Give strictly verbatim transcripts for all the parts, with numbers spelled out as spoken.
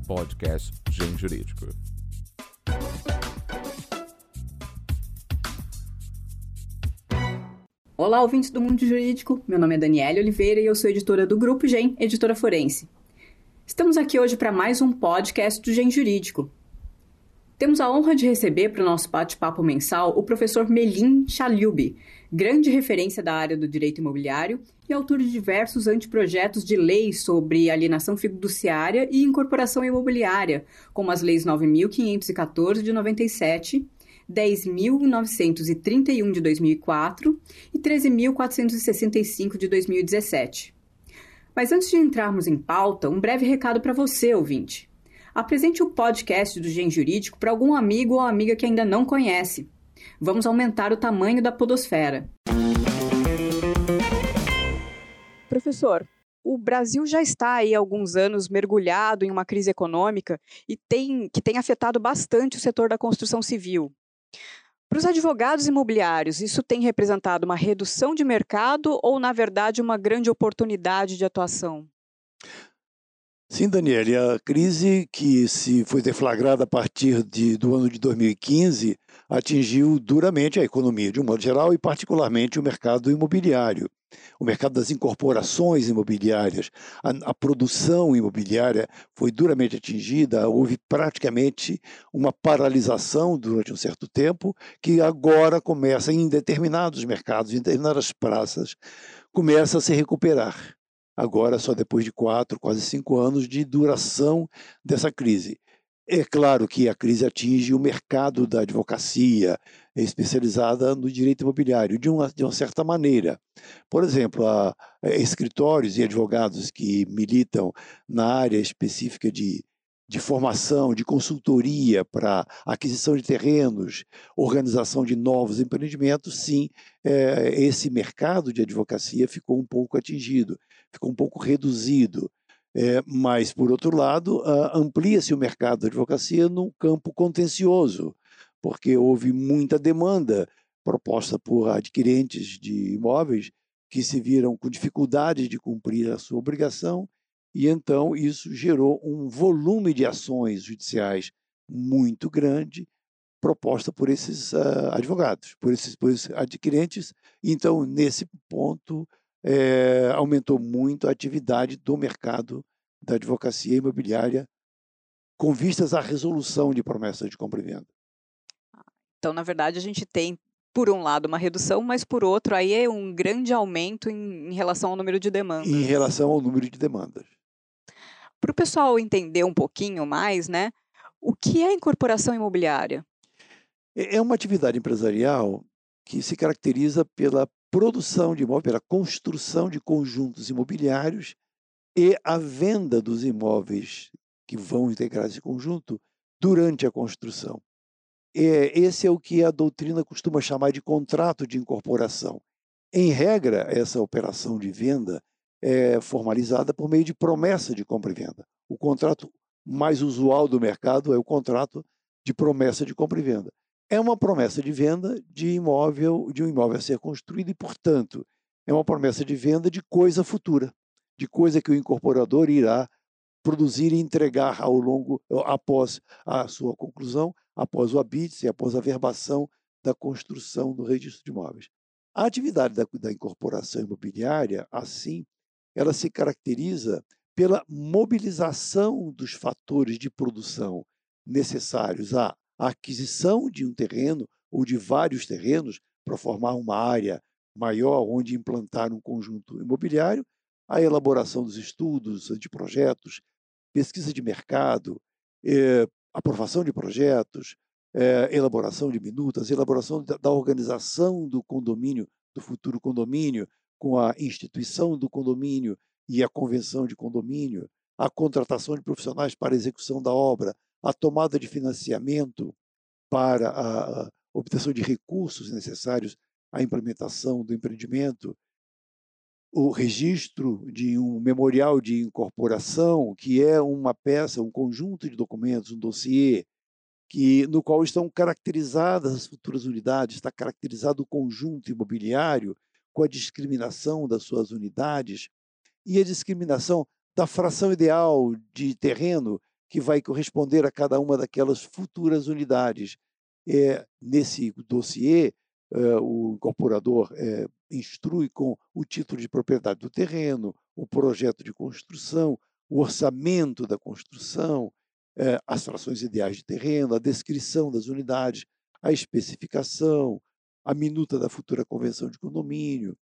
podcast Gen Jurídico. Olá, ouvintes do Mundo Jurídico. Meu nome é Daniela Oliveira e eu sou editora do Grupo Gen, editora forense. Estamos aqui hoje para mais um podcast do Gen Jurídico. Temos a honra de receber para o nosso bate-papo mensal o professor Melim Chalioube, grande referência da área do direito imobiliário e autor de diversos anteprojetos de leis sobre alienação fiduciária e incorporação imobiliária, como as leis nove mil quinhentos e quatorze de noventa e sete, dez mil novecentos e trinta e um de dois mil e quatro e treze mil quatrocentos e sessenta e cinco de dois mil e dezessete. Mas antes de entrarmos em pauta, um breve recado para você, ouvinte. Apresente o podcast do Gen Jurídico para algum amigo ou amiga que ainda não conhece. Vamos aumentar o tamanho da podosfera. Professor, o Brasil já está aí há alguns anos mergulhado em uma crise econômica e tem, que tem afetado bastante o setor da construção civil. Para os advogados imobiliários, isso tem representado uma redução de mercado ou, na verdade, uma grande oportunidade de atuação? Sim, Daniele, a crise que se foi deflagrada a partir de, do ano de dois mil e quinze atingiu duramente a economia de um modo geral e particularmente o mercado imobiliário, o mercado das incorporações imobiliárias. A, a produção imobiliária foi duramente atingida, houve praticamente uma paralisação durante um certo tempo que agora começa em determinados mercados, em determinadas praças, começa a se recuperar. Agora, só depois de quatro, quase cinco anos de duração dessa crise. É claro que a crise atinge o mercado da advocacia especializada no direito imobiliário, de uma, de uma certa maneira. Por exemplo, há escritórios e advogados que militam na área específica de, de formação, de consultoria para aquisição de terrenos, organização de novos empreendimentos, sim, é, esse mercado de advocacia ficou um pouco atingido. Ficou um pouco reduzido, é, mas, por outro lado, uh, amplia-se o mercado da advocacia no campo contencioso, porque houve muita demanda proposta por adquirentes de imóveis que se viram com dificuldade de cumprir a sua obrigação, e então isso gerou um volume de ações judiciais muito grande proposta por esses uh, advogados, por esses, por esses adquirentes. Então, nesse ponto, É, aumentou muito a atividade do mercado da advocacia imobiliária com vistas à resolução de promessas de compra e venda. Então, na verdade, a gente tem, por um lado, uma redução, mas, por outro, aí é um grande aumento em, em relação ao número de demandas. Em relação ao número de demandas. Para o pessoal entender um pouquinho mais, né, o que é incorporação imobiliária? É uma atividade empresarial que se caracteriza pela produção de imóveis, pela construção de conjuntos imobiliários e a venda dos imóveis que vão integrar esse conjunto durante a construção. É, esse é o que a doutrina costuma chamar de contrato de incorporação. Em regra, essa operação de venda é formalizada por meio de promessa de compra e venda. O contrato mais usual do mercado é o contrato de promessa de compra e venda. É uma promessa de venda de imóvel, de um imóvel a ser construído e, portanto, é uma promessa de venda de coisa futura, de coisa que o incorporador irá produzir e entregar ao longo, após a sua conclusão, após o habite e após a verbação da construção do registro de imóveis. A atividade da, da incorporação imobiliária, assim, ela se caracteriza pela mobilização dos fatores de produção necessários à aquisição de um terreno ou de vários terrenos para formar uma área maior onde implantar um conjunto imobiliário, a elaboração dos estudos, de projetos, pesquisa de mercado, eh, aprovação de projetos, eh, elaboração de minutas, elaboração da, da organização do condomínio, do futuro condomínio, com a instituição do condomínio e a convenção de condomínio, a contratação de profissionais para a execução da obra, a tomada de financiamento para a, a obtenção de recursos necessários à implementação do empreendimento, o registro de um memorial de incorporação, que é uma peça, um conjunto de documentos, um dossiê, que, no qual estão caracterizadas as futuras unidades, está caracterizado o conjunto imobiliário com a discriminação das suas unidades e a discriminação da fração ideal de terreno que vai corresponder a cada uma daquelas futuras unidades. É, nesse dossiê, é, o incorporador é, instrui com o título de propriedade do terreno, o projeto de construção, o orçamento da construção, é, as frações ideais de terreno, a descrição das unidades, a especificação, a minuta da futura convenção de condomínio,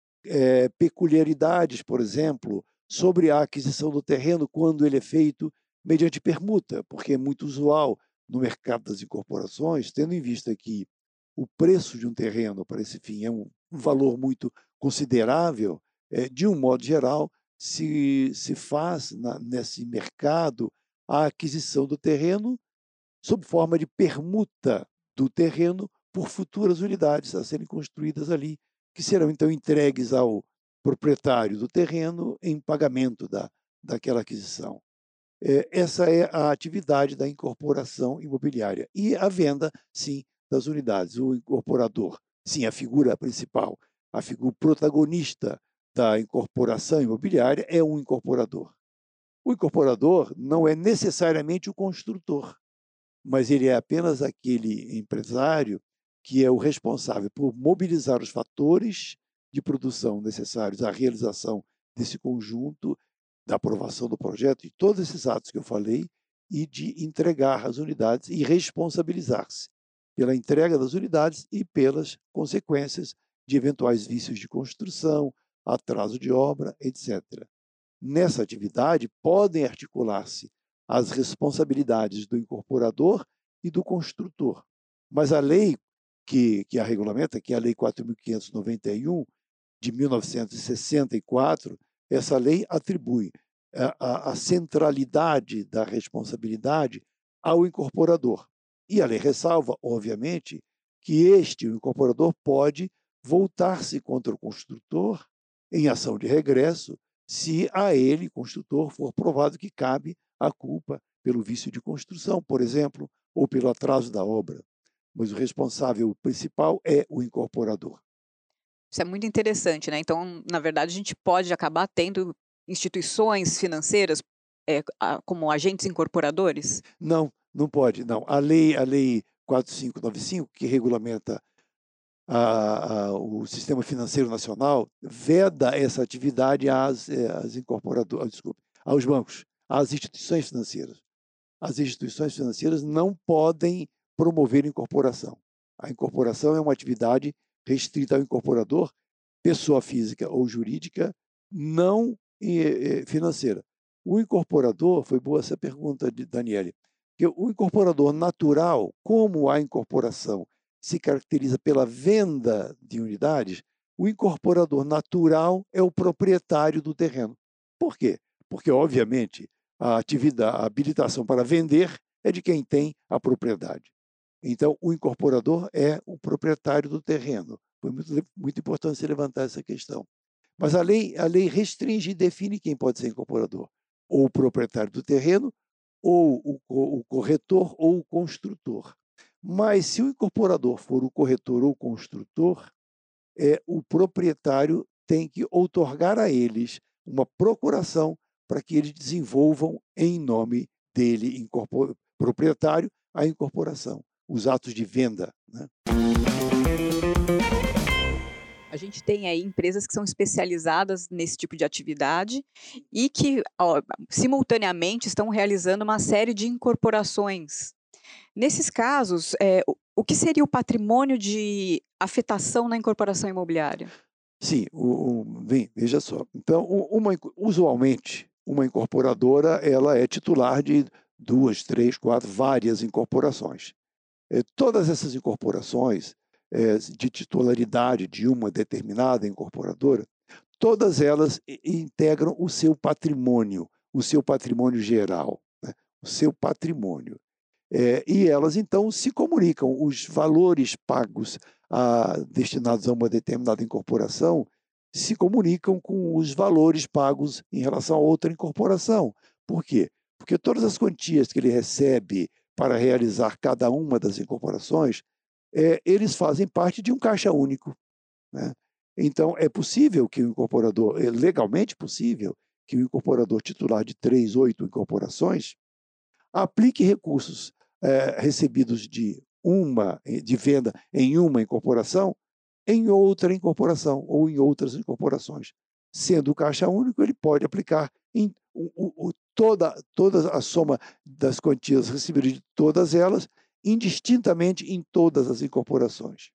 é, peculiaridades, por exemplo, sobre a aquisição do terreno quando ele é feito mediante permuta, porque é muito usual no mercado das incorporações, tendo em vista que o preço de um terreno para esse fim é um valor muito considerável, é, de um modo geral, se, se faz na, nesse mercado a aquisição do terreno sob forma de permuta do terreno por futuras unidades a serem construídas ali, que serão então entregues ao proprietário do terreno em pagamento da, daquela aquisição. É, essa é a atividade da incorporação imobiliária. E a venda, sim, das unidades. O incorporador, sim, a figura principal, a figura protagonista da incorporação imobiliária é um incorporador. O incorporador não é necessariamente o construtor, mas ele é apenas aquele empresário que é o responsável por mobilizar os fatores de produção necessários à realização desse conjunto, da aprovação do projeto, de todos esses atos que eu falei, e de entregar as unidades e responsabilizar-se pela entrega das unidades e pelas consequências de eventuais vícios de construção, atraso de obra, etcétera. Nessa atividade, podem articular-se as responsabilidades do incorporador e do construtor. Mas a lei que, que a regulamenta, que é a Lei quatro mil quinhentos e noventa e um, de mil novecentos e sessenta e quatro, essa lei atribui a, a, a centralidade da responsabilidade ao incorporador. E a lei ressalva, obviamente, que este, o incorporador, pode voltar-se contra o construtor em ação de regresso, se a ele, construtor, for provado que cabe a culpa pelo vício de construção, por exemplo, ou pelo atraso da obra. Mas o responsável principal é o incorporador. Isso é muito interessante, né? Então, na verdade, a gente pode acabar tendo instituições financeiras é, como agentes incorporadores? Não, não pode, não. A lei, a lei quatro mil quinhentos e noventa e cinco, que regulamenta A, a, o sistema financeiro nacional, veda essa atividade às, às incorporadoras, desculpe, aos bancos, às instituições financeiras. As instituições financeiras não podem promover incorporação. A incorporação é uma atividade restrita ao incorporador, pessoa física ou jurídica, não financeira. O incorporador, foi boa essa pergunta de Daniele, que o incorporador natural, como a incorporação se caracteriza pela venda de unidades, o incorporador natural é o proprietário do terreno. Por quê? Porque, obviamente, a atividade, a habilitação para vender é de quem tem a propriedade. Então, o incorporador é o proprietário do terreno. Foi muito, muito importante se levantar essa questão. Mas a lei, a lei restringe e define quem pode ser incorporador. Ou o proprietário do terreno, ou o, o corretor, ou o construtor. Mas se o incorporador for o corretor ou o construtor, é, o proprietário tem que outorgar a eles uma procuração para que eles desenvolvam em nome dele, proprietário, a incorporação, os atos de venda, né? A gente tem aí empresas que são especializadas nesse tipo de atividade e que, ó, simultaneamente, estão realizando uma série de incorporações. Nesses casos, é, o, o que seria o patrimônio de afetação na incorporação imobiliária? Sim, o, o, bem, veja só. Então, uma, usualmente, uma incorporadora ela é titular de duas, três, quatro, várias incorporações. É, todas essas incorporações é, de titularidade de uma determinada incorporadora, todas elas integram o seu patrimônio, o seu patrimônio geral, né? O seu patrimônio. É, e elas, então, se comunicam. Os valores pagos a, destinados a uma determinada incorporação se comunicam com os valores pagos em relação a outra incorporação. Por quê? Porque todas as quantias que ele recebe para realizar cada uma das incorporações, é, eles fazem parte de um caixa único, né? Então, é possível que o incorporador, é legalmente possível, que o incorporador titular de três, oito incorporações, aplique recursos é, recebidos de uma de venda em uma incorporação em outra incorporação ou em outras incorporações. Sendo o caixa único, ele pode aplicar em o, o, toda, toda a soma das quantias recebidas de todas elas, indistintamente em todas as incorporações.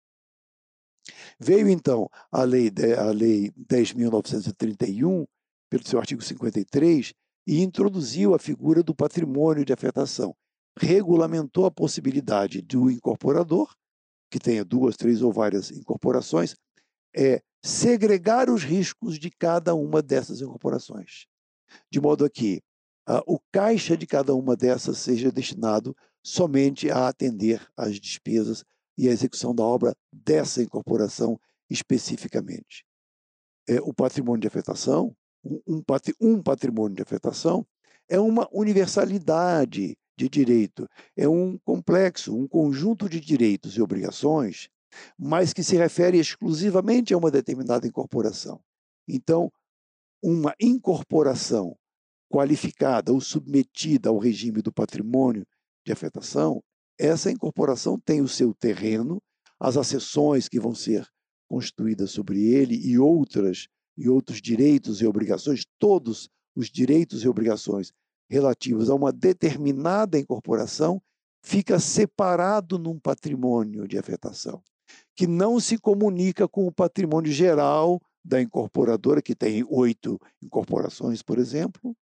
Veio, então, a Lei, a lei dez mil novecentos e trinta e um, pelo seu artigo cinquenta e três, e introduziu a figura do patrimônio de afetação. Regulamentou a possibilidade do incorporador, que tenha duas, três ou várias incorporações, é segregar os riscos de cada uma dessas incorporações, de modo a que ah, o caixa de cada uma dessas seja destinado somente a atender às despesas e à execução da obra dessa incorporação especificamente. É, o patrimônio de afetação, um, um patrimônio de afetação, é uma universalidade de direito, é um complexo, um conjunto de direitos e obrigações, mas que se refere exclusivamente a uma determinada incorporação. Então, uma incorporação qualificada ou submetida ao regime do patrimônio de afetação, essa incorporação tem o seu terreno, as accessões que vão ser constituídas sobre ele e outras e outros direitos e obrigações, todos os direitos e obrigações relativos a uma determinada incorporação, fica separado num patrimônio de afetação, que não se comunica com o patrimônio geral da incorporadora, que tem oito incorporações, por exemplo,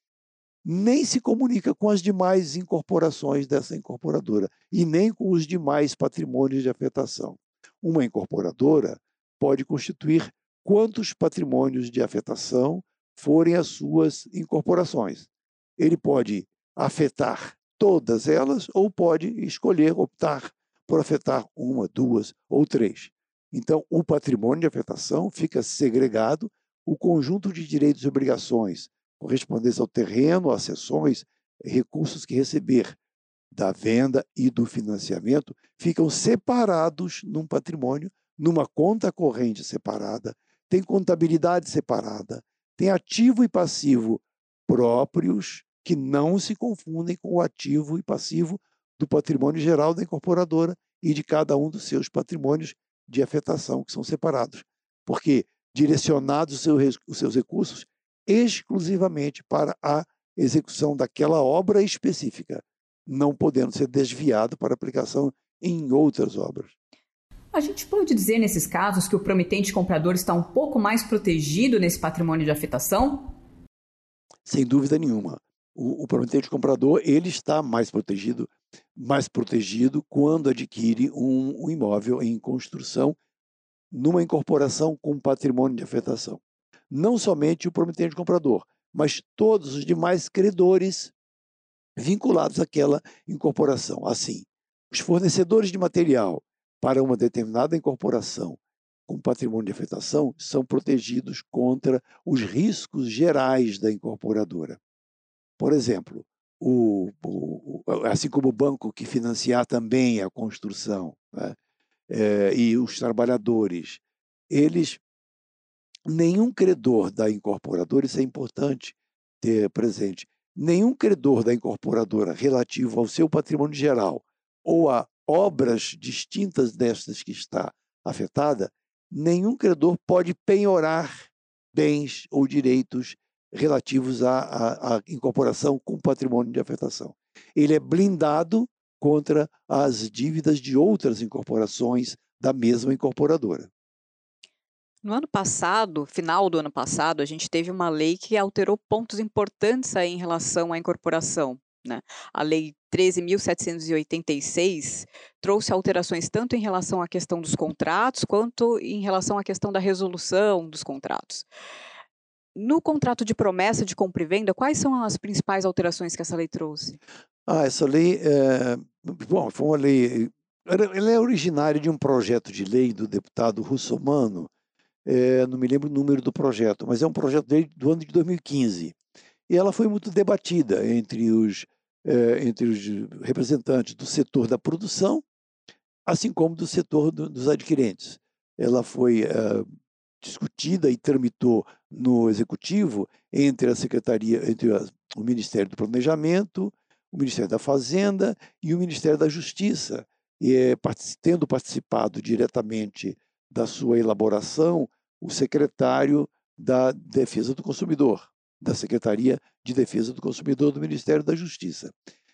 nem se comunica com as demais incorporações dessa incorporadora e nem com os demais patrimônios de afetação. Uma incorporadora pode constituir quantos patrimônios de afetação forem as suas incorporações. Ele pode afetar todas elas ou pode escolher, optar por afetar uma, duas ou três. Então, o patrimônio de afetação fica segregado, o conjunto de direitos e obrigações correspondentes ao terreno, às cessões, recursos que receber da venda e do financiamento, ficam separados num patrimônio, numa conta corrente separada, tem contabilidade separada, tem ativo e passivo próprios que não se confundem com o ativo e passivo do patrimônio geral da incorporadora e de cada um dos seus patrimônios de afetação, que são separados, porque direcionados os seus, os seus recursos exclusivamente para a execução daquela obra específica, não podendo ser desviado para aplicação em outras obras. A gente pode dizer, nesses casos, que o promitente comprador está um pouco mais protegido nesse patrimônio de afetação? Sem dúvida nenhuma. O, o promitente comprador ele está mais protegido, mais protegido quando adquire um, um imóvel em construção numa incorporação com patrimônio de afetação. Não somente o promitente comprador, mas todos os demais credores vinculados àquela incorporação. Assim, os fornecedores de material para uma determinada incorporação com patrimônio de afetação são protegidos contra os riscos gerais da incorporadora. Por exemplo, o, o, assim como o banco que financiar também a construção, né, é, e os trabalhadores, eles, nenhum credor da incorporadora, isso é importante ter presente, nenhum credor da incorporadora relativo ao seu patrimônio geral ou a obras distintas destas que está afetada, nenhum credor pode penhorar bens ou direitos relativos à, à, à incorporação com patrimônio de afetação. Ele é blindado contra as dívidas de outras incorporações da mesma incorporadora. No ano passado, final do ano passado, a gente teve uma lei que alterou pontos importantes aí em relação à incorporação, né? A Lei treze mil setecentos e oitenta e seis trouxe alterações tanto em relação à questão dos contratos, quanto em relação à questão da resolução dos contratos. No contrato de promessa de compra e venda, quais são as principais alterações que essa lei trouxe? Ah, essa lei, é, bom, foi uma lei, ela é originária de um projeto de lei do deputado Russomano, é, não me lembro o número do projeto, mas é um projeto de lei do ano de dois mil e quinze. E ela foi muito debatida entre os, é, entre os representantes do setor da produção, assim como do setor do, dos adquirentes. Ela foi é, discutida e tramitou no Executivo entre a Secretaria, entre a, o Ministério do Planejamento, o Ministério da Fazenda e o Ministério da Justiça, e, é, tendo participado diretamente da sua elaboração o secretário da Defesa do Consumidor, da Secretaria de Defesa do Consumidor do Ministério da Justiça.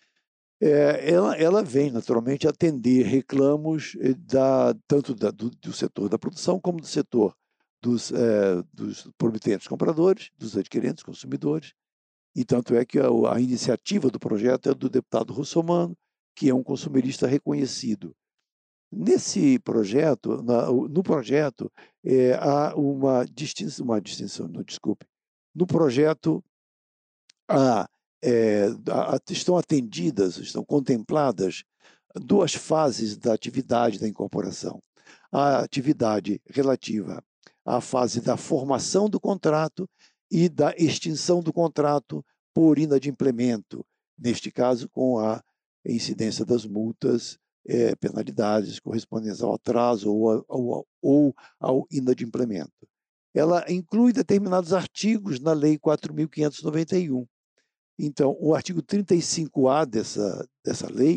É, ela, ela vem, naturalmente, atender reclamos da, tanto da, do, do setor da produção como do setor dos, é, dos promitentes compradores, dos adquirentes consumidores, e tanto é que a, a iniciativa do projeto é do deputado Russomano, que é um consumerista reconhecido. Nesse projeto, na, no projeto, é, há uma distinção, uma distinção, não, desculpe, no projeto há, é, há, estão atendidas, estão contempladas duas fases da atividade da incorporação. A atividade relativa à fase da formação do contrato e da extinção do contrato por inadimplemento, neste caso com a incidência das multas, é, penalidades correspondentes ao atraso ou ao, ou ao inadimplemento. Ela inclui determinados artigos na Lei quatro mil quinhentos e noventa e um. Então, o artigo trinta e cinco A dessa, dessa lei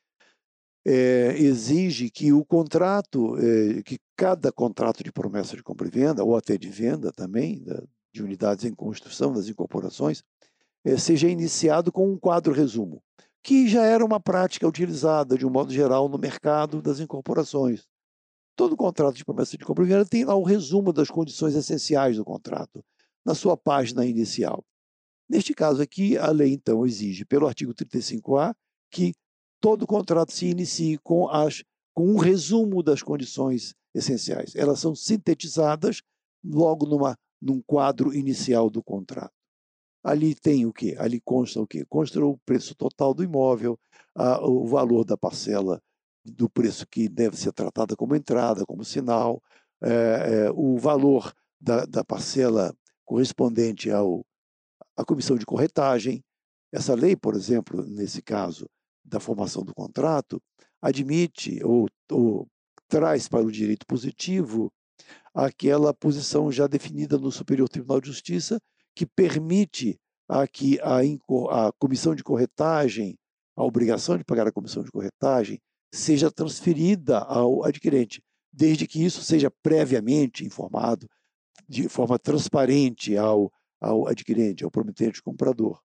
é, exige que o contrato, é, que cada contrato de promessa de compra e venda, ou até de venda também, da, de unidades em construção das incorporações, é, seja iniciado com um quadro resumo, que já era uma prática utilizada, de um modo geral, no mercado das incorporações. Todo contrato de promessa de compra e venda tem lá o resumo das condições essenciais do contrato, na sua página inicial. Neste caso aqui, a lei, então, exige, pelo artigo trinta e cinco A, que todo contrato se inicie com, as, com um resumo das condições essenciais. Elas são sintetizadas logo numa, num quadro inicial do contrato. Ali tem o quê? Ali consta o quê? Consta o preço total do imóvel, a, o valor da parcela do preço que deve ser tratada como entrada, como sinal, é, é, o valor da, da parcela correspondente ao, à comissão de corretagem. Essa lei, por exemplo, nesse caso da formação do contrato, admite ou, ou traz para o direito positivo aquela posição já definida no Superior Tribunal de Justiça, que permite a que a, a comissão de corretagem, a obrigação de pagar a comissão de corretagem, seja transferida ao adquirente, desde que isso seja previamente informado, de forma transparente ao, ao adquirente, ao promitente comprador.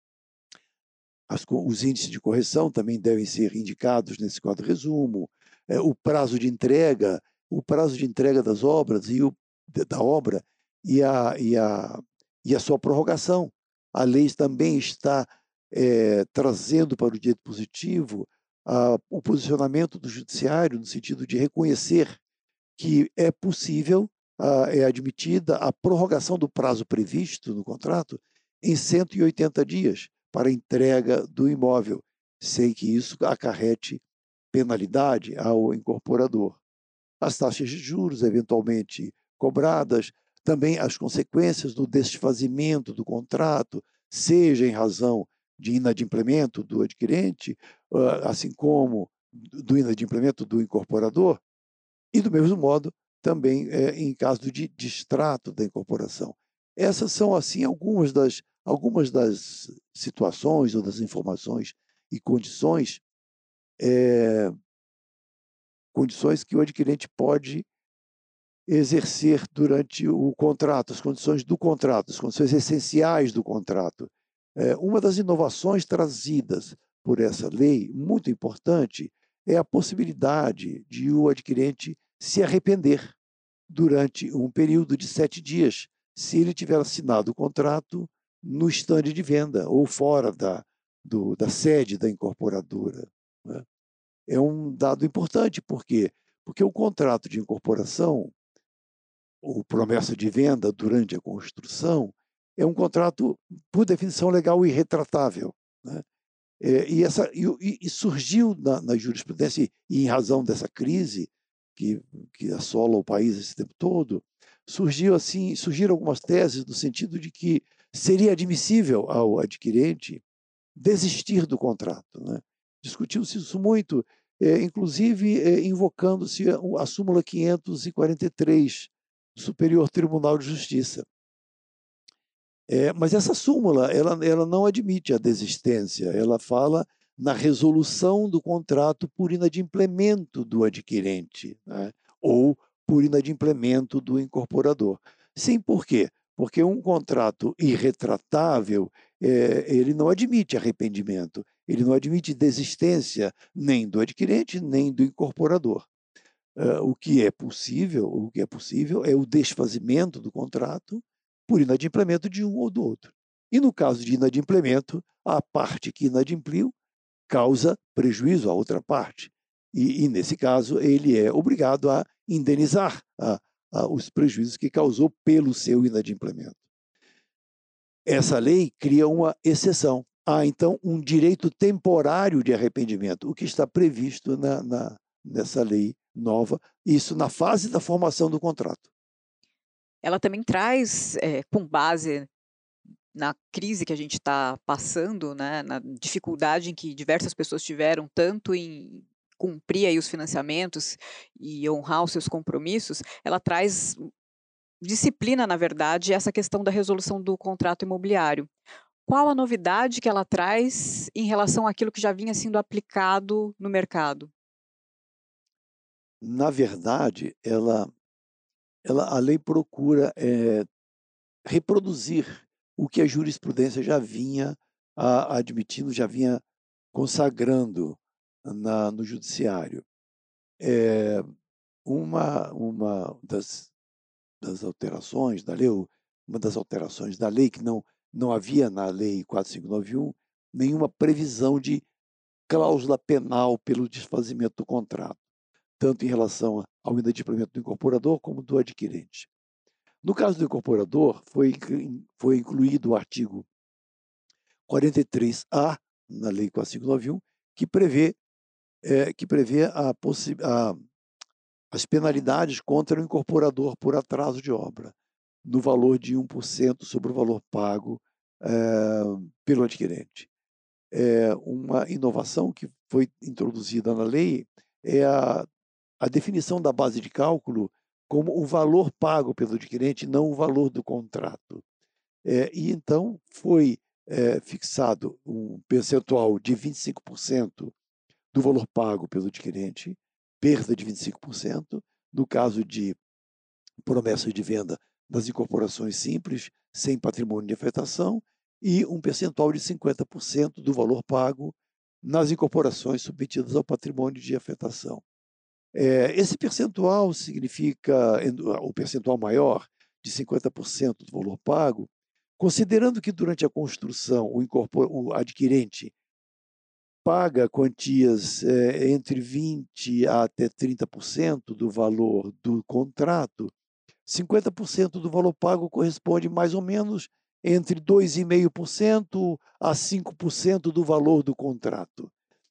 As, os índices de correção também devem ser indicados nesse quadro resumo, é, o prazo de entrega, o prazo de entrega das obras e o, da obra e a, e, a, e a sua prorrogação. A lei também está é, trazendo para o direito positivo a, o posicionamento do judiciário no sentido de reconhecer que é possível, a, é admitida a prorrogação do prazo previsto no contrato em cento e oitenta dias para a entrega do imóvel, sem que isso acarrete penalidade ao incorporador. As taxas de juros eventualmente cobradas, também as consequências do desfazimento do contrato, seja em razão de inadimplemento do adquirente, assim como do inadimplemento do incorporador, e do mesmo modo também é, em caso de distrato da incorporação. Essas são, assim, algumas das, algumas das situações ou das informações e condições é, condições que o adquirente pode exercer durante o contrato, as condições do contrato, as condições essenciais do contrato. É, uma das inovações trazidas por essa lei, muito importante, é a possibilidade de o adquirente se arrepender durante um período de sete dias, se ele tiver assinado o contrato no estande de venda ou fora da, do, da sede da incorporadora, né? É um dado importante, por quê? Porque o contrato de incorporação, ou promessa de venda durante a construção, é um contrato, por definição legal, irretratável, né? É, e, essa, e, e surgiu na, na jurisprudência, e em razão dessa crise que, que assola o país esse tempo todo, surgiu assim, surgiram algumas teses no sentido de que seria admissível ao adquirente desistir do contrato, né? Discutiu-se isso muito, é, inclusive é, invocando-se a, a súmula quinhentos e quarenta e três do Superior Tribunal de Justiça. É, mas essa súmula, ela, ela não admite a desistência, ela fala na resolução do contrato por inadimplemento do adquirente, né? Ou por inadimplemento do incorporador. Sim, por quê? Porque um contrato irretratável, é, ele não admite arrependimento, ele não admite desistência nem do adquirente, nem do incorporador. Uh, o que é possível, o que é possível é o desfazimento do contrato por inadimplemento de um ou do outro. E no caso de inadimplemento, a parte que inadimpliu causa prejuízo à outra parte. E, e nesse caso, ele é obrigado a indenizar a, a, os prejuízos que causou pelo seu inadimplemento. Essa lei cria uma exceção. Há, então, um direito temporário de arrependimento, o que está previsto na, na, nessa lei nova, isso na fase da formação do contrato. Ela também traz, é, com base na crise que a gente está passando, né, na dificuldade em que diversas pessoas tiveram, tanto em cumprir aí os financiamentos e honrar os seus compromissos, ela traz disciplina, na verdade, essa questão da resolução do contrato imobiliário. Qual a novidade que ela traz em relação àquilo que já vinha sendo aplicado no mercado? Na verdade, ela, ela, a lei procura é, reproduzir o que a jurisprudência já vinha a, admitindo, já vinha consagrando na, no judiciário. É, uma uma das, das alterações da lei, uma das alterações da lei que não, não havia na lei quatro mil quinhentos e noventa e um nenhuma previsão de cláusula penal pelo desfazimento do contrato, tanto em relação ao inadimplemento do incorporador como do adquirente. No caso do incorporador, foi, foi incluído o artigo quarenta e três A, na Lei quatro mil quinhentos e noventa e um, que prevê, é, que prevê a a, as penalidades contra o incorporador por atraso de obra, no valor de um por cento sobre o valor pago é, pelo adquirente. É, uma inovação que foi introduzida na lei é a a definição da base de cálculo como o valor pago pelo adquirente, não o valor do contrato. É, e então foi é, fixado um percentual de vinte e cinco por cento do valor pago pelo adquirente, perda de vinte e cinco por cento, no caso de promessas de venda das incorporações simples, sem patrimônio de afetação, e um percentual de cinquenta por cento do valor pago nas incorporações submetidas ao patrimônio de afetação. É, esse percentual significa, o percentual maior, de cinquenta por cento do valor pago, considerando que durante a construção o, incorpor, o adquirente paga quantias é, entre vinte por cento até trinta por cento do valor do contrato, cinquenta por cento do valor pago corresponde mais ou menos entre dois vírgula cinco por cento a cinco por cento do valor do contrato.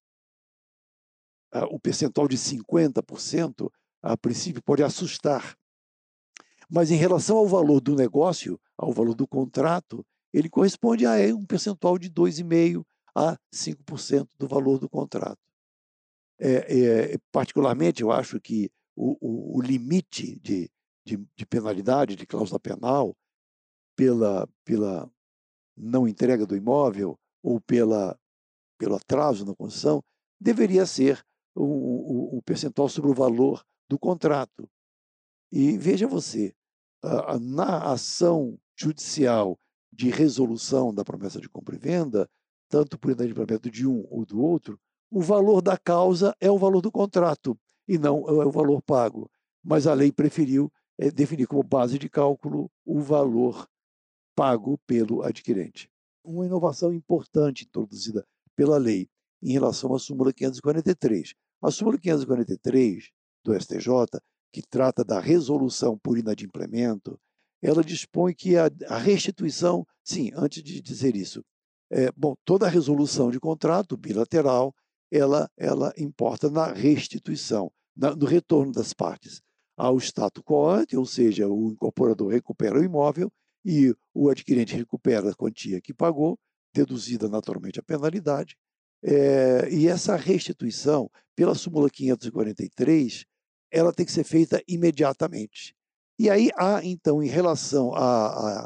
O percentual de cinquenta por cento, a princípio, pode assustar. Mas em relação ao valor do negócio, ao valor do contrato, ele corresponde a um percentual de dois vírgula cinco por cento a cinco por cento do valor do contrato. É, é, particularmente, eu acho que o, o, o limite de, de, de penalidade, de cláusula penal, pela, pela não entrega do imóvel ou pela, pelo atraso na construção, deveria ser o, o, o percentual sobre o valor do contrato. E veja você, a, a, na ação judicial de resolução da promessa de compra e venda, tanto por inadimplemento de um ou do outro, o valor da causa é o valor do contrato e não é o valor pago. Mas a lei preferiu é, definir como base de cálculo o valor pago pelo adquirente. Uma inovação importante introduzida pela lei em relação à súmula quinhentos e quarenta e três. A súmula quinhentos e quarenta e três do S T J, que trata da resolução por inadimplemento, ela dispõe que a, a restituição, sim, antes de dizer isso, é, bom, toda resolução de contrato bilateral, ela, ela importa na restituição, na, no retorno das partes ao status quo ante, ou seja, o incorporador recupera o imóvel e o adquirente recupera a quantia que pagou, deduzida naturalmente a penalidade. É, e essa restituição, pela súmula quinhentos e quarenta e três, ela tem que ser feita imediatamente. E aí há, então, em relação a, a,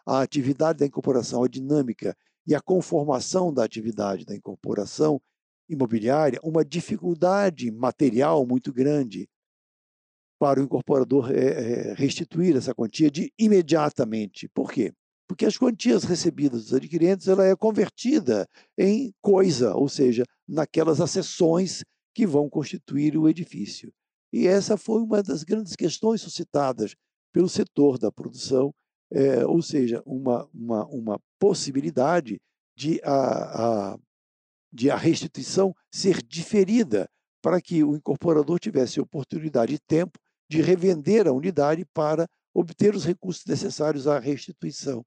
a atividade da incorporação, a dinâmica e a conformação da atividade da incorporação imobiliária, uma dificuldade material muito grande para o incorporador é, é, restituir essa quantia de imediatamente. Por quê? Porque as quantias recebidas dos adquirentes ela é convertida em coisa, ou seja, naquelas acessões que vão constituir o edifício. E essa foi uma das grandes questões suscitadas pelo setor da produção, é, ou seja, uma, uma, uma possibilidade de a, a, de a restituição ser diferida para que o incorporador tivesse oportunidade e tempo de revender a unidade para obter os recursos necessários à restituição.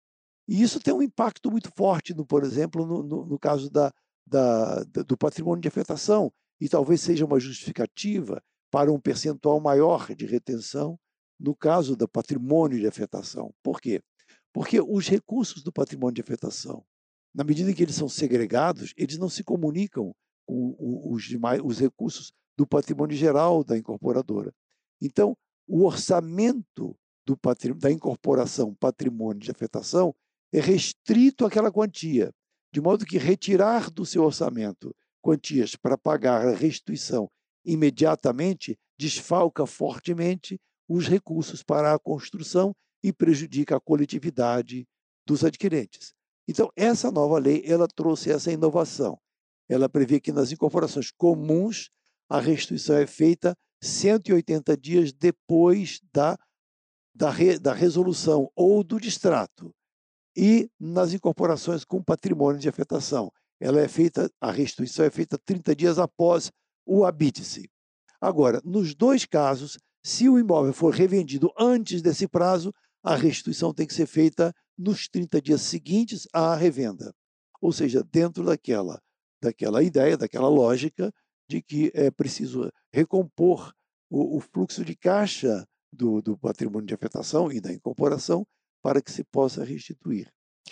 E isso tem um impacto muito forte, no, por exemplo, no, no, no caso da, da, do patrimônio de afetação, e talvez seja uma justificativa para um percentual maior de retenção no caso do patrimônio de afetação. Por quê? Porque os recursos do patrimônio de afetação, na medida em que eles são segregados, eles não se comunicam com os, demais, os recursos do patrimônio geral da incorporadora. Então, o orçamento do patrimônio, da incorporação patrimônio de afetação é restrito àquela quantia, de modo que retirar do seu orçamento quantias para pagar a restituição imediatamente desfalca fortemente os recursos para a construção e prejudica a coletividade dos adquirentes. Então, essa nova lei ela trouxe essa inovação. Ela prevê que nas incorporações comuns a restituição é feita cento e oitenta dias depois da, da, re, da resolução ou do distrato. E nas incorporações com patrimônio de afetação, ela é feita, a restituição é feita trinta dias após o habite-se. Agora, nos dois casos, se o imóvel for revendido antes desse prazo, a restituição tem que ser feita nos trinta dias seguintes à revenda. Ou seja, dentro daquela, daquela ideia, daquela lógica de que é preciso recompor o, o fluxo de caixa do, do patrimônio de afetação e da incorporação para que se possa restituir.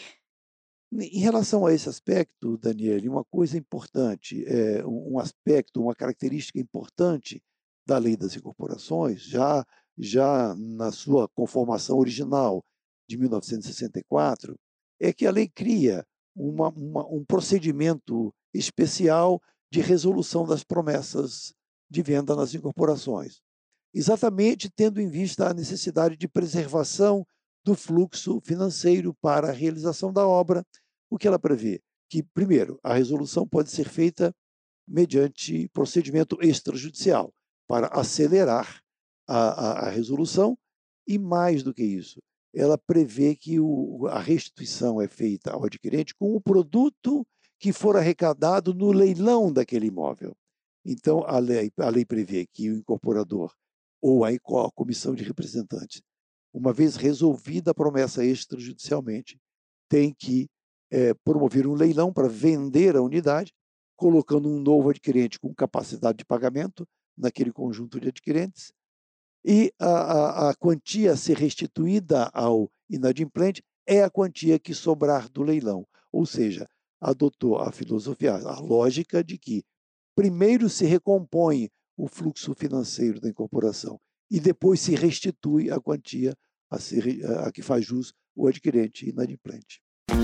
Em relação a esse aspecto, Daniel, uma coisa importante, é, um aspecto, uma característica importante da Lei das Incorporações, já, já na sua conformação original de mil novecentos e sessenta e quatro, é que a lei cria uma, uma, um procedimento especial de resolução das promessas de venda nas incorporações, exatamente tendo em vista a necessidade de preservação do fluxo financeiro para a realização da obra. O que ela prevê? Que, primeiro, a resolução pode ser feita mediante procedimento extrajudicial, para acelerar a, a, a resolução, e mais do que isso, ela prevê que o, a restituição é feita ao adquirente com o produto que for arrecadado no leilão daquele imóvel. Então, a lei, a lei prevê que o incorporador ou a, a comissão de representantes, uma vez resolvida a promessa extrajudicialmente, tem que é, promover um leilão para vender a unidade, colocando um novo adquirente com capacidade de pagamento naquele conjunto de adquirentes, e a, a, a quantia a ser restituída ao inadimplente é a quantia que sobrar do leilão. Ou seja, adotou a filosofia, a lógica de que primeiro se recompõe o fluxo financeiro da incorporação e depois se restitui a quantia a, ser, a que faz jus o adquirente inadimplente.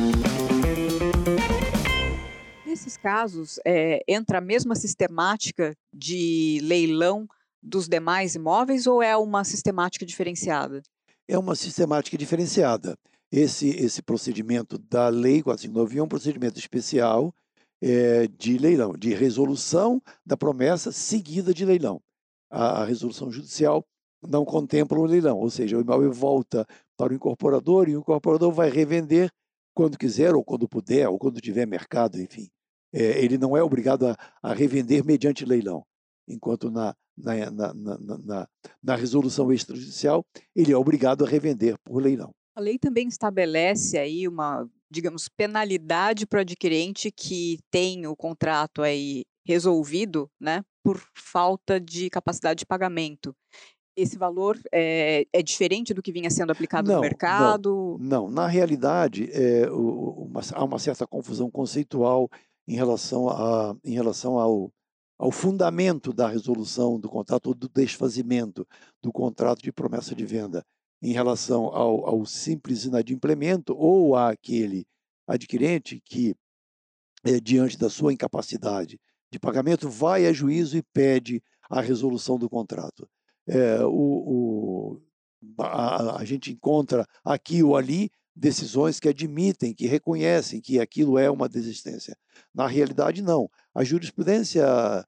Nesses casos, é, entra a mesma sistemática de leilão dos demais imóveis ou é uma sistemática diferenciada? É uma sistemática diferenciada. Esse, esse procedimento da Lei quatrocentos e cinquenta e nove é um procedimento especial é, de leilão, de resolução da promessa seguida de leilão. A, a resolução judicial não contempla o leilão, ou seja, o imóvel volta para o incorporador e o incorporador vai revender quando quiser, ou quando puder, ou quando tiver mercado, enfim. É, ele não é obrigado a, a revender mediante leilão, enquanto na, na, na, na, na, na resolução extrajudicial ele é obrigado a revender por leilão. A lei também estabelece aí uma, digamos, penalidade para o adquirente que tem o contrato aí resolvido, né, por falta de capacidade de pagamento. Esse valor é, é diferente do que vinha sendo aplicado não, no mercado? Não, não. Na realidade, é, o, uma, há uma certa confusão conceitual em relação, a, em relação ao, ao fundamento da resolução do contrato ou do desfazimento do contrato de promessa de venda. em relação ao, ao simples inadimplemento ou àquele adquirente que, é, diante da sua incapacidade de pagamento, vai a juízo e pede a resolução do contrato. É, o, o, a, a gente encontra aqui ou ali decisões que admitem, que reconhecem que aquilo é uma desistência. Na realidade, não. A jurisprudência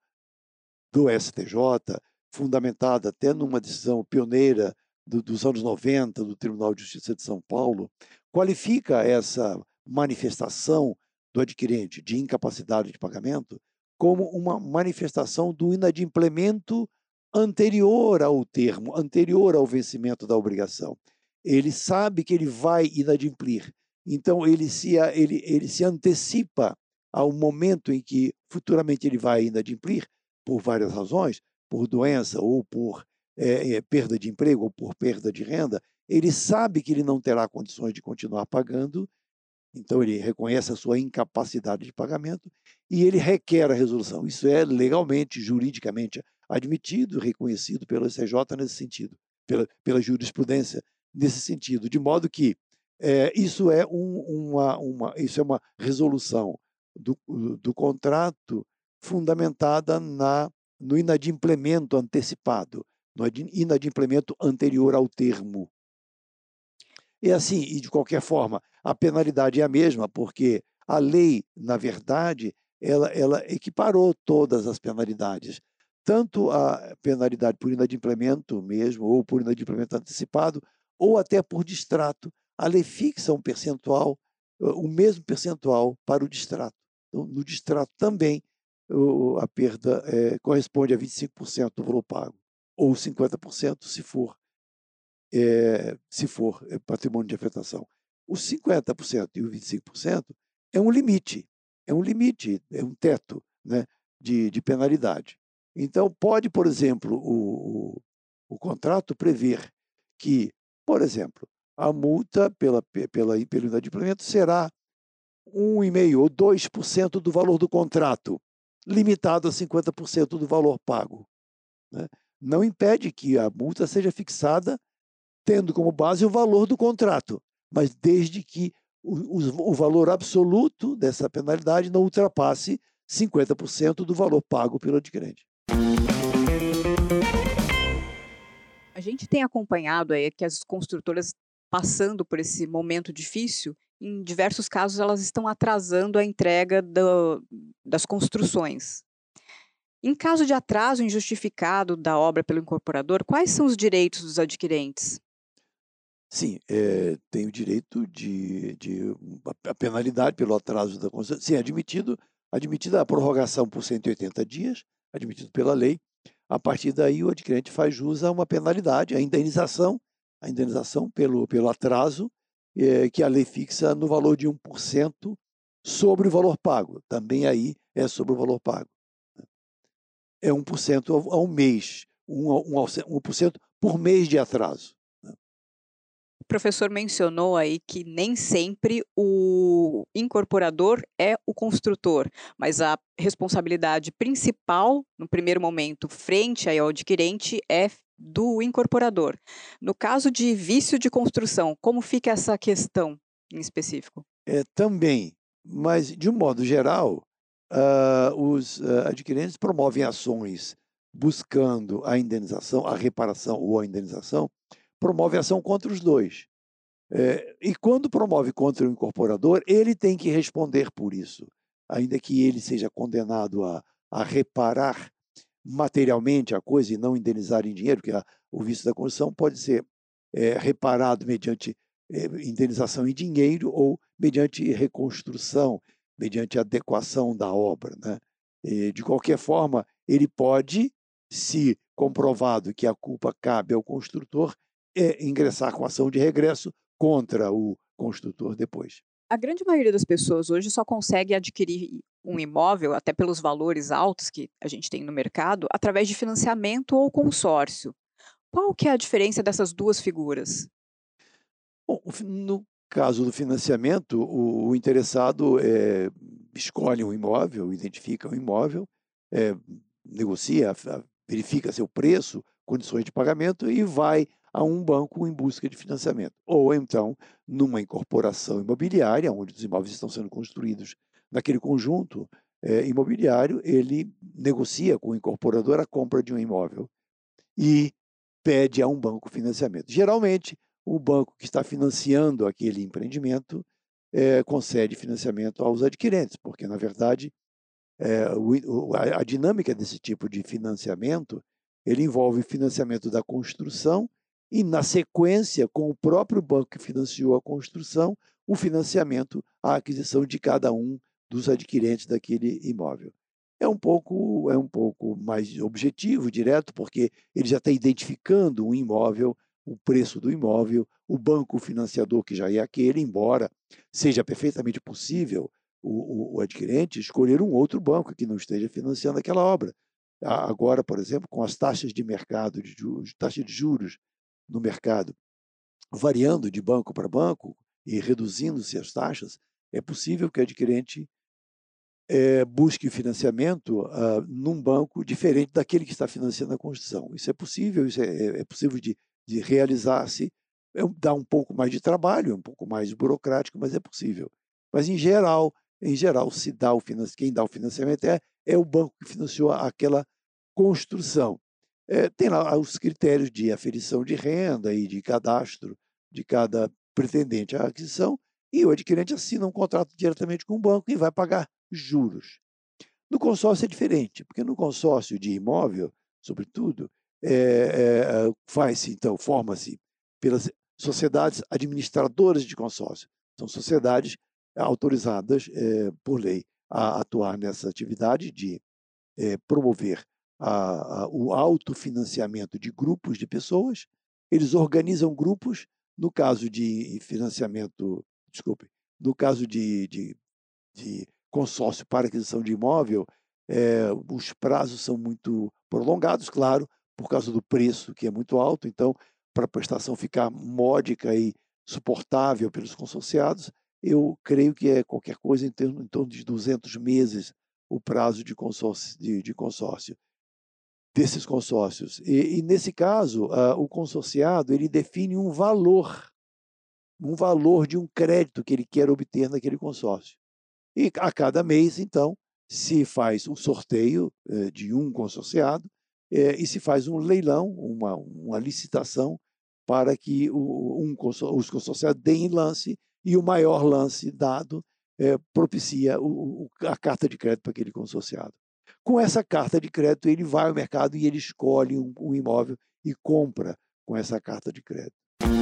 do S T J, fundamentada até numa decisão pioneira do, dos anos noventa do Tribunal de Justiça de São Paulo, qualifica essa manifestação do adquirente de incapacidade de pagamento como uma manifestação do inadimplemento anterior ao termo, anterior ao vencimento da obrigação. Ele sabe que ele vai inadimplir, então ele se, ele, ele se antecipa ao momento em que futuramente ele vai inadimplir, por várias razões, por doença ou por é, é, perda de emprego ou por perda de renda. Ele sabe que ele não terá condições de continuar pagando, então ele reconhece a sua incapacidade de pagamento e ele requer a resolução. Isso é legalmente, juridicamente admitido, reconhecido pelo S T J nesse sentido, pela, pela jurisprudência nesse sentido, de modo que é, isso, é um, uma, uma, isso é uma resolução do, do contrato fundamentada na, no inadimplemento antecipado, no inadimplemento anterior ao termo. E assim, e de qualquer forma, a penalidade é a mesma, porque a lei, na verdade, ela, ela equiparou todas as penalidades, tanto a penalidade por inadimplemento mesmo, ou por inadimplemento antecipado, ou até por distrato. A lei fixa um percentual, o mesmo percentual para o distrato. Então, no distrato também, a perda é, corresponde a vinte e cinco por cento do valor pago, ou cinquenta por cento se for, é, se for patrimônio de afetação. Os cinquenta por cento e os vinte e cinco por cento é um limite, é um limite, é um teto, né, de, de penalidade. Então, pode, por exemplo, o, o, o contrato prever que, por exemplo, a multa pela, pela, pelo inadimplemento será um vírgula cinco por cento ou dois por cento do valor do contrato, limitado a cinquenta por cento do valor pago, né? Não impede que a multa seja fixada tendo como base o valor do contrato, mas desde que o, o, o valor absoluto dessa penalidade não ultrapasse cinquenta por cento do valor pago pelo adquirente. A gente tem acompanhado aí que as construtoras, passando por esse momento difícil, em diversos casos elas estão atrasando a entrega do, das construções. Em caso de atraso injustificado da obra pelo incorporador, quais são os direitos dos adquirentes? Sim, é, tem o direito de, de a penalidade pelo atraso da construção. Sim, admitido, admitida a prorrogação por cento e oitenta dias, admitido pela lei. A partir daí, o adquirente faz jus a uma penalidade, a indenização, a indenização pelo, pelo atraso, é, que a lei fixa no valor de um por cento sobre o valor pago. Também aí é sobre o valor pago. É um por cento ao, ao mês, um por cento por mês de atraso. O professor mencionou aí que nem sempre o incorporador é o construtor, mas a responsabilidade principal, no primeiro momento, frente ao adquirente, é do incorporador. No caso de vício de construção, como fica essa questão em específico? É, também, mas de um modo geral, uh, os uh, adquirentes promovem ações buscando a indenização, a reparação ou a indenização, promove ação contra os dois. É, e quando promove contra o incorporador, ele tem que responder por isso, ainda que ele seja condenado a, a reparar materialmente a coisa e não indenizar em dinheiro, porque a, o vício da construção pode ser é, reparado mediante é, indenização em dinheiro ou mediante reconstrução, mediante adequação da obra, né? E, de qualquer forma, ele pode, se comprovado que a culpa cabe ao construtor, é ingressar com ação de regresso contra o construtor depois. A grande maioria das pessoas hoje só consegue adquirir um imóvel, até pelos valores altos que a gente tem no mercado, através de financiamento ou consórcio. Qual que é a diferença dessas duas figuras? Bom, no caso do financiamento, o, o interessado é, escolhe um imóvel, identifica um imóvel, é, negocia, verifica seu preço, condições de pagamento e vai a um banco em busca de financiamento. Ou então, numa incorporação imobiliária, onde os imóveis estão sendo construídos naquele conjunto é, imobiliário, ele negocia com o incorporador a compra de um imóvel e pede a um banco financiamento. Geralmente, o banco que está financiando aquele empreendimento é, concede financiamento aos adquirentes, porque, na verdade, é, o, a, a dinâmica desse tipo de financiamento, ele envolve financiamento da construção e, na sequência, com o próprio banco que financiou a construção, o financiamento à aquisição de cada um dos adquirentes daquele imóvel. É um pouco, é um pouco mais objetivo, direto, porque ele já está identificando um imóvel, o preço do imóvel, o banco financiador que já é aquele, embora seja perfeitamente possível o, o, o adquirente escolher um outro banco que não esteja financiando aquela obra. Agora, por exemplo, com as taxas de mercado, de juros, taxa de juros no mercado variando de banco para banco e reduzindo-se as taxas, é possível que o adquirente é, busque financiamento uh, num banco diferente daquele que está financiando a construção. Isso é possível, isso é, é possível de, de realizar-se, é, dá um pouco mais de trabalho, um pouco mais burocrático, mas é possível. Mas, em geral, em geral se dá o financiamento, quem dá o financiamento é, é o banco que financiou aquela construção. É, tem lá os critérios de aferição de renda e de cadastro de cada pretendente à aquisição, e o adquirente assina um contrato diretamente com o banco e vai pagar juros. No consórcio é diferente, porque no consórcio de imóvel, sobretudo, é, é, faz-se, então, forma-se pelas sociedades administradoras de consórcio. São sociedades autorizadas é, por lei a atuar nessa atividade de é, promover a, a, o autofinanciamento de grupos de pessoas. Eles organizam grupos, no caso de financiamento, desculpe, no caso de, de, de consórcio para aquisição de imóvel, é, os prazos são muito prolongados, claro, por causa do preço, que é muito alto. Então, para a prestação ficar módica e suportável pelos consorciados, eu creio que é qualquer coisa em torno, em torno de duzentos meses o prazo de consórcio, de, de consórcio desses consórcios. E, e nesse caso, uh, o consorciado ele define um valor, um valor de um crédito que ele quer obter naquele consórcio. E a cada mês, então, se faz um sorteio eh, de um consorciado eh, e se faz um leilão, uma, uma licitação, para que o, um, os consorciados deem lance e o maior lance dado eh, propicia o, a carta de crédito para aquele consorciado. Com essa carta de crédito, ele vai ao mercado e ele escolhe um, um imóvel e compra com essa carta de crédito.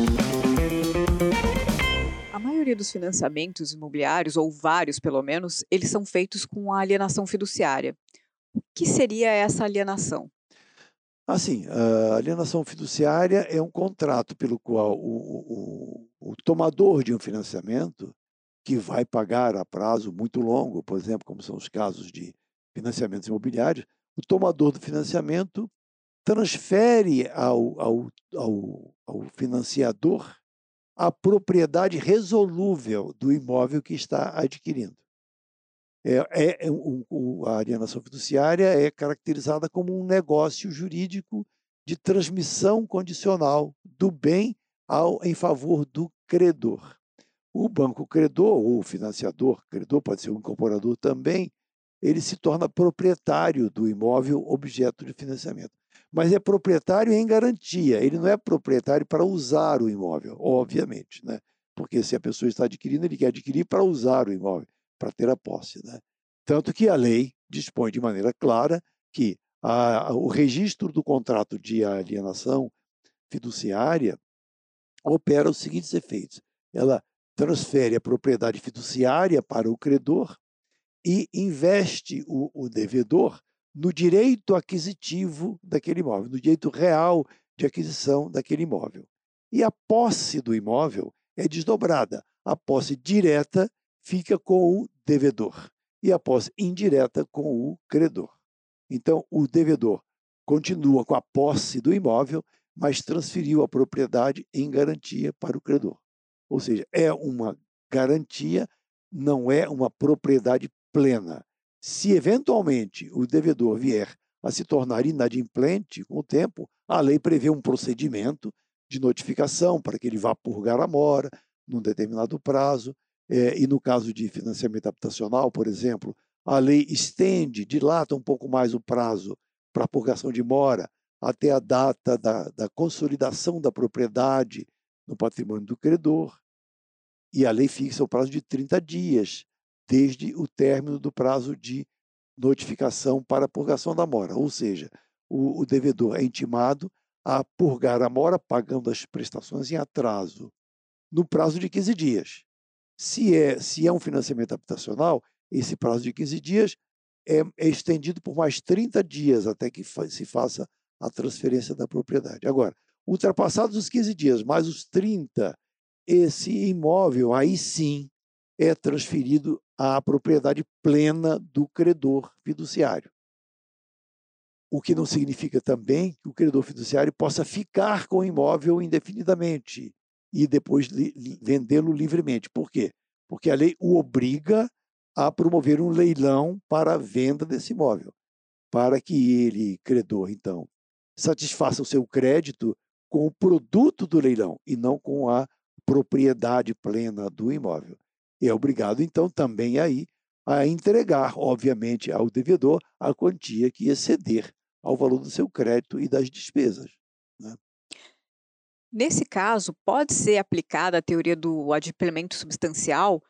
A maioria dos financiamentos imobiliários, ou vários pelo menos, eles são feitos com a alienação fiduciária. O que seria essa alienação? Assim, a alienação fiduciária é um contrato pelo qual o, o, o tomador de um financiamento, que vai pagar a prazo muito longo, por exemplo, como são os casos de financiamentos imobiliários, o tomador do financiamento transfere ao, ao, ao, ao financiador a propriedade resolúvel do imóvel que está adquirindo. É, é, o, o, a alienação fiduciária é caracterizada como um negócio jurídico de transmissão condicional do bem ao, em favor do credor. O banco credor, ou o financiador credor, pode ser um incorporador também, ele se torna proprietário do imóvel objeto de financiamento. Mas é proprietário em garantia, ele não é proprietário para usar o imóvel, obviamente, né? Porque se a pessoa está adquirindo, ele quer adquirir para usar o imóvel, para ter a posse, né? Tanto que a lei dispõe de maneira clara que a, o registro do contrato de alienação fiduciária opera os seguintes efeitos. Ela transfere a propriedade fiduciária para o credor e investe o, o devedor no direito aquisitivo daquele imóvel, no direito real de aquisição daquele imóvel. E a posse do imóvel é desdobrada. A posse direta fica com o devedor e a posse indireta com o credor. Então, o devedor continua com a posse do imóvel, mas transferiu a propriedade em garantia para o credor. Ou seja, é uma garantia, não é uma propriedade plena. Se eventualmente o devedor vier a se tornar inadimplente com o tempo, a lei prevê um procedimento de notificação para que ele vá purgar a mora num determinado prazo. É, e no caso de financiamento habitacional, por exemplo, a lei estende, dilata um pouco mais o prazo para a purgação de mora até a data da, da consolidação da propriedade no patrimônio do credor. E a lei fixa o prazo de trinta dias, desde o término do prazo de notificação para a purgação da mora. Ou seja, o, o devedor é intimado a purgar a mora pagando as prestações em atraso no prazo de quinze dias. Se é, se é um financiamento habitacional, esse prazo de quinze dias é, é estendido por mais trinta dias até que fa- se faça a transferência da propriedade. Agora, ultrapassados os quinze dias, mais os trinta, esse imóvel aí sim é transferido à propriedade plena do credor fiduciário. O que não significa também que o credor fiduciário possa ficar com o imóvel indefinidamente e depois li- li- vendê-lo livremente. Por quê? Porque a lei o obriga a promover um leilão para a venda desse imóvel, para que ele, credor, então, satisfaça o seu crédito com o produto do leilão e não com a propriedade plena do imóvel. E é obrigado, então, também aí a entregar, obviamente, ao devedor a quantia que exceder ao valor do seu crédito e das despesas, né? Nesse caso, pode ser aplicada a teoria do adimplemento substancial,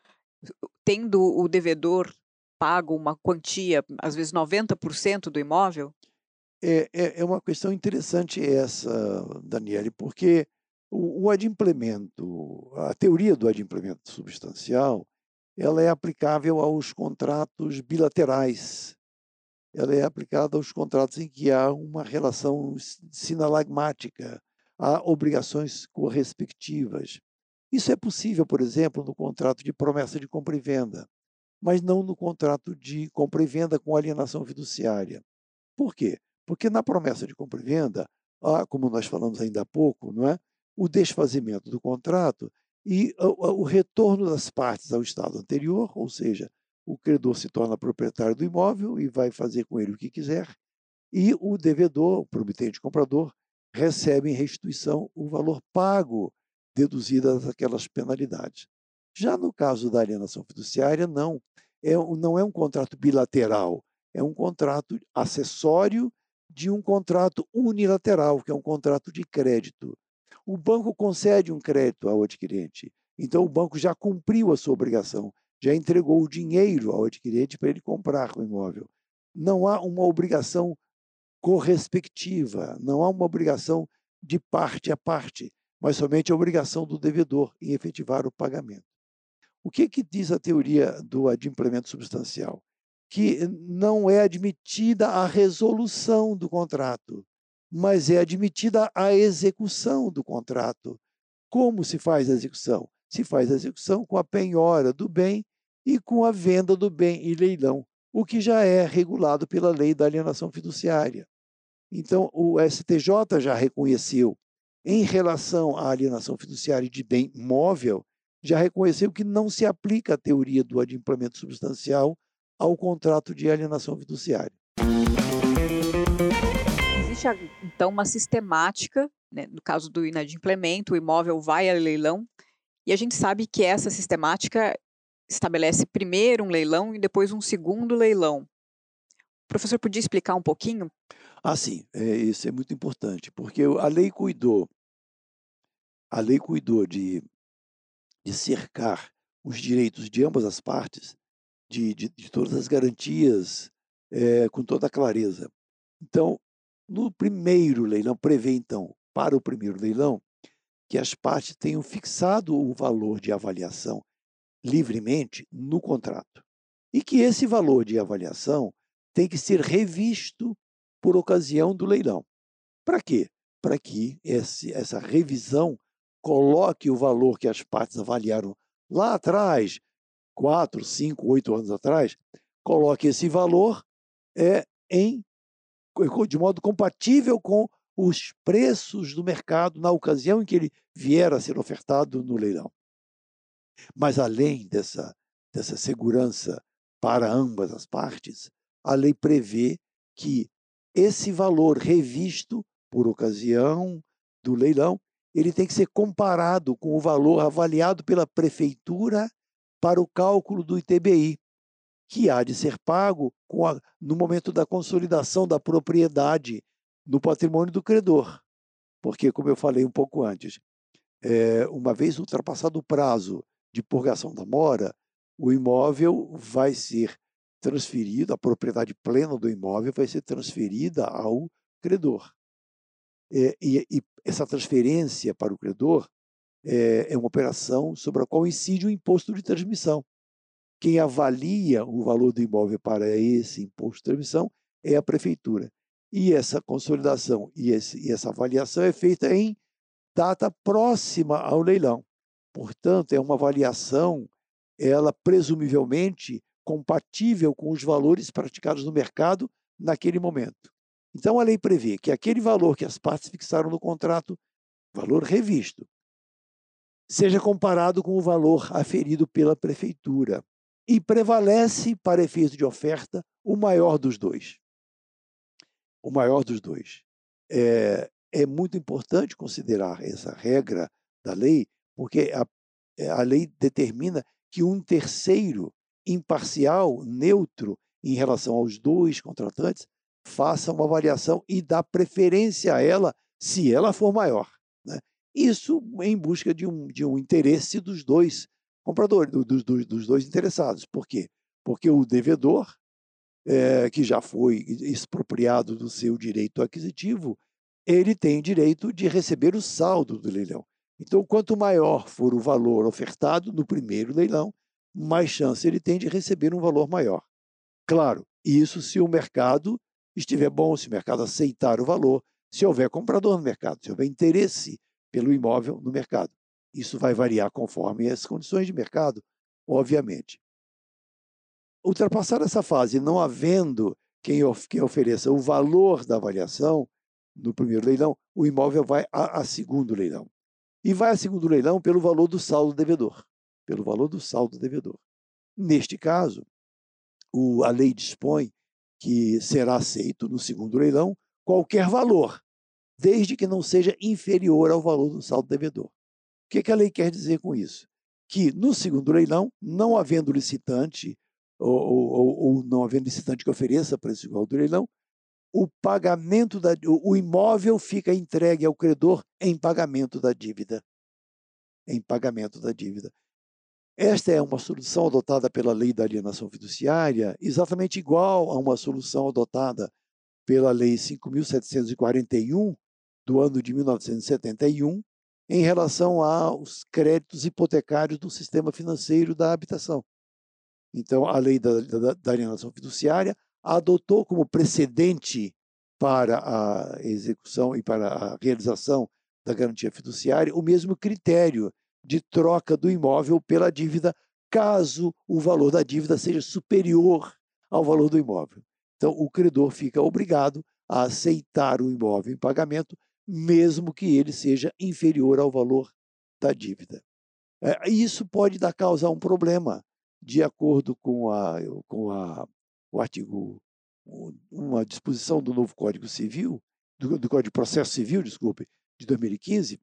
tendo o devedor pago uma quantia, às vezes noventa por cento do imóvel? É, é, é uma questão interessante essa, Daniele, porque o, o adimplemento, a teoria do adimplemento substancial, ela é aplicável aos contratos bilaterais. Ela é aplicada aos contratos em que há uma relação sinalagmática, há obrigações correspectivas. Isso é possível, por exemplo, no contrato de promessa de compra e venda, mas não no contrato de compra e venda com alienação fiduciária. Por quê? Porque na promessa de compra e venda, há, como nós falamos ainda há pouco, não é? O desfazimento do contrato e o, o retorno das partes ao estado anterior, ou seja, o credor se torna proprietário do imóvel e vai fazer com ele o que quiser, e o devedor, o promitente comprador, recebe em restituição o valor pago, deduzidas aquelas penalidades. Já no caso da alienação fiduciária, não. É, um- não é um contrato bilateral, é um contrato acessório de um contrato unilateral, que é um contrato de crédito. O banco concede um crédito ao adquirente, então o banco já cumpriu a sua obrigação, já entregou o dinheiro ao adquirente para ele comprar o imóvel. Não há uma obrigação correspectiva, não há uma obrigação de parte a parte, mas somente a obrigação do devedor em efetivar o pagamento. O que, que diz a teoria do adimplemento substancial? Que não é admitida a resolução do contrato, mas é admitida a execução do contrato. Como se faz a execução? Se faz a execução com a penhora do bem e com a venda do bem em leilão, o que já é regulado pela lei da alienação fiduciária. Então, o S T J já reconheceu, em relação à alienação fiduciária de bem móvel, já reconheceu que não se aplica a teoria do adimplemento substancial ao contrato de alienação fiduciária. Existe, a- então, uma sistemática, né, no caso do inadimplemento, o imóvel vai a leilão, e a gente sabe que essa sistemática estabelece primeiro um leilão e depois um segundo leilão. O professor podia explicar um pouquinho? Assim, é, isso é muito importante, porque a lei cuidou, a lei cuidou de, de cercar os direitos de ambas as partes, de, de, de todas as garantias, é, com toda a clareza. Então, no primeiro leilão, prevê então, para o primeiro leilão, que as partes tenham fixado o valor de avaliação livremente no contrato. E que esse valor de avaliação tem que ser revisto por ocasião do leilão. Para quê? Para que esse, essa revisão coloque o valor que as partes avaliaram lá atrás, quatro, cinco, oito anos atrás, coloque esse valor é, em, de modo compatível com os preços do mercado na ocasião em que ele vier a ser ofertado no leilão. Mas além dessa, dessa segurança para ambas as partes, a lei prevê que esse valor revisto por ocasião do leilão, ele tem que ser comparado com o valor avaliado pela prefeitura para o cálculo do I T B I, que há de ser pago com a, no momento da consolidação da propriedade no patrimônio do credor. Porque, como eu falei um pouco antes, é, uma vez ultrapassado o prazo de purgação da mora, o imóvel vai ser transferido, a propriedade plena do imóvel vai ser transferida ao credor. É, e, e essa transferência para o credor é, é uma operação sobre a qual incide o imposto de transmissão. Quem avalia o valor do imóvel para esse imposto de transmissão é a prefeitura. E essa consolidação e, esse, e essa avaliação é feita em data próxima ao leilão. Portanto, é uma avaliação, ela presumivelmente compatível com os valores praticados no mercado naquele momento. Então, a lei prevê que aquele valor que as partes fixaram no contrato, valor revisto, seja comparado com o valor aferido pela prefeitura e prevalece, para efeito de oferta, o maior dos dois. O maior dos dois. É, é muito importante considerar essa regra da lei, porque a, a lei determina que um terceiro imparcial, neutro, em relação aos dois contratantes, faça uma avaliação e dá preferência a ela se ela for maior, né? Isso em busca de um, de um interesse dos dois compradores, do, do, dos dois interessados. Por quê? Porque o devedor, é, que já foi expropriado do seu direito aquisitivo, ele tem direito de receber o saldo do leilão. Então, quanto maior for o valor ofertado no primeiro leilão, mais chance ele tem de receber um valor maior. Claro, isso se o mercado estiver bom, se o mercado aceitar o valor, se houver comprador no mercado, se houver interesse pelo imóvel no mercado. Isso vai variar conforme as condições de mercado, obviamente. Ultrapassar essa fase, não havendo quem, of quem ofereça o valor da avaliação no primeiro leilão, o imóvel vai a, a segundo leilão. E vai a segundo leilão pelo valor do saldo devedor. Pelo valor do saldo devedor. Neste caso, o, a lei dispõe que será aceito no segundo leilão qualquer valor, desde que não seja inferior ao valor do saldo devedor. O que, que a lei quer dizer com isso? Que no segundo leilão, não havendo licitante ou, ou, ou não havendo licitante que ofereça preço igual do leilão, o pagamento da, o imóvel fica entregue ao credor em pagamento da dívida. Em pagamento da dívida. Esta é uma solução adotada pela Lei da Alienação Fiduciária, exatamente igual a uma solução adotada pela Lei cinco mil setecentos e quarenta e um, do ano de mil novecentos e setenta e um, em relação aos créditos hipotecários do sistema financeiro da habitação. Então, a Lei da, da, da Alienação Fiduciária adotou como precedente para a execução e para a realização da garantia fiduciária o mesmo critério de troca do imóvel pela dívida, caso o valor da dívida seja superior ao valor do imóvel. Então, o credor fica obrigado a aceitar o imóvel em pagamento, mesmo que ele seja inferior ao valor da dívida. É, isso pode dar causa a um problema, de acordo com, a, com a, o artigo, uma disposição do novo Código Civil, do, do Código de Processo Civil, desculpe, de dois mil e quinze,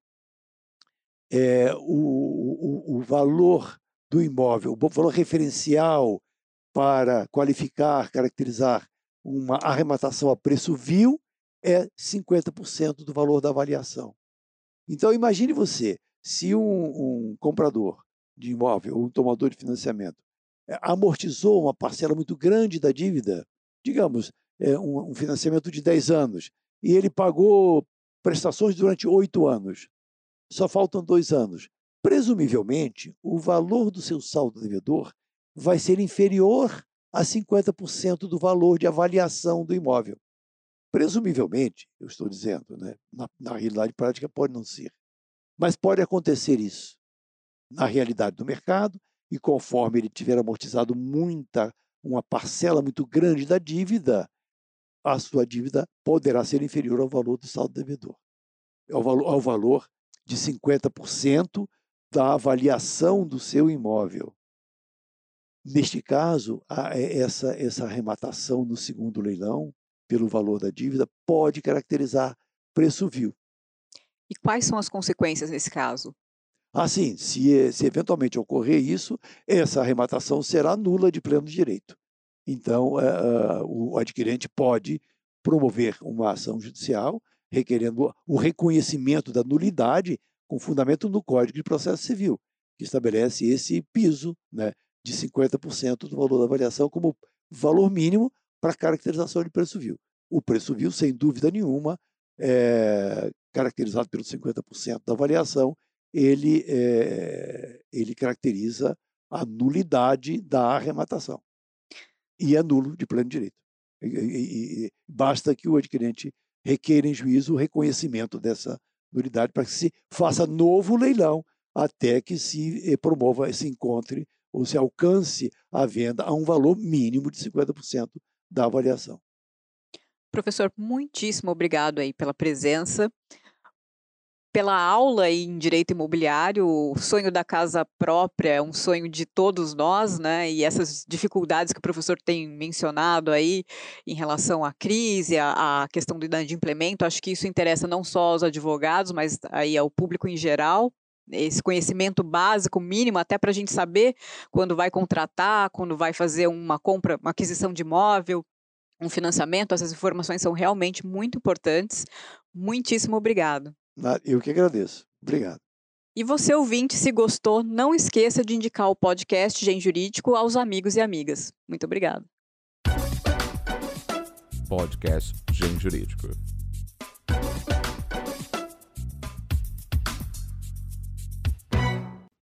é, o, o, o valor do imóvel, o valor referencial para qualificar, caracterizar uma arrematação a preço vil é cinquenta por cento do valor da avaliação. Então, imagine você, se um, um comprador de imóvel, ou um tomador de financiamento, é, amortizou uma parcela muito grande da dívida, digamos, é, um, um financiamento de dez anos, e ele pagou prestações durante oito anos, só faltam dois anos. Presumivelmente, o valor do seu saldo devedor vai ser inferior a cinquenta por cento do valor de avaliação do imóvel. Presumivelmente, eu estou dizendo, né? na, na realidade prática pode não ser. Mas pode acontecer isso na realidade do mercado, e conforme ele tiver amortizado muita, uma parcela muito grande da dívida, a sua dívida poderá ser inferior ao valor do saldo devedor, ao valor, ao valor de cinquenta por cento da avaliação do seu imóvel. Neste caso, essa, essa arrematação no segundo leilão, pelo valor da dívida, pode caracterizar preço vil. E quais são as consequências nesse caso? Assim, se, se eventualmente ocorrer isso, essa arrematação será nula de pleno direito. Então, uh, o adquirente pode promover uma ação judicial requerendo o reconhecimento da nulidade com fundamento no Código de Processo Civil, que estabelece esse piso, né, de cinquenta por cento do valor da avaliação como valor mínimo para caracterização de preço vil. O preço vil, sem dúvida nenhuma, é caracterizado pelos cinquenta por cento da avaliação, ele, é, ele caracteriza a nulidade da arrematação. E é nulo de pleno direito. E, e, e basta que o adquirente requeira em juízo o reconhecimento dessa nulidade para que se faça novo leilão até que se promova, se encontre ou se alcance a venda a um valor mínimo de cinquenta por cento da avaliação. Professor, muitíssimo obrigado aí pela presença, pela aula em direito imobiliário. O sonho da casa própria é um sonho de todos nós, né? E essas dificuldades que o professor tem mencionado aí em relação à crise, à, à questão do inadimplemento, acho que isso interessa não só aos advogados, mas aí ao público em geral. Esse conhecimento básico, mínimo, até para a gente saber quando vai contratar, quando vai fazer uma compra, uma aquisição de imóvel, um financiamento. Essas informações são realmente muito importantes. Muitíssimo obrigado. Eu que agradeço. Obrigado. E você, ouvinte, se gostou, não esqueça de indicar o podcast Gen Jurídico aos amigos e amigas. Muito obrigado. Podcast Gen Jurídico.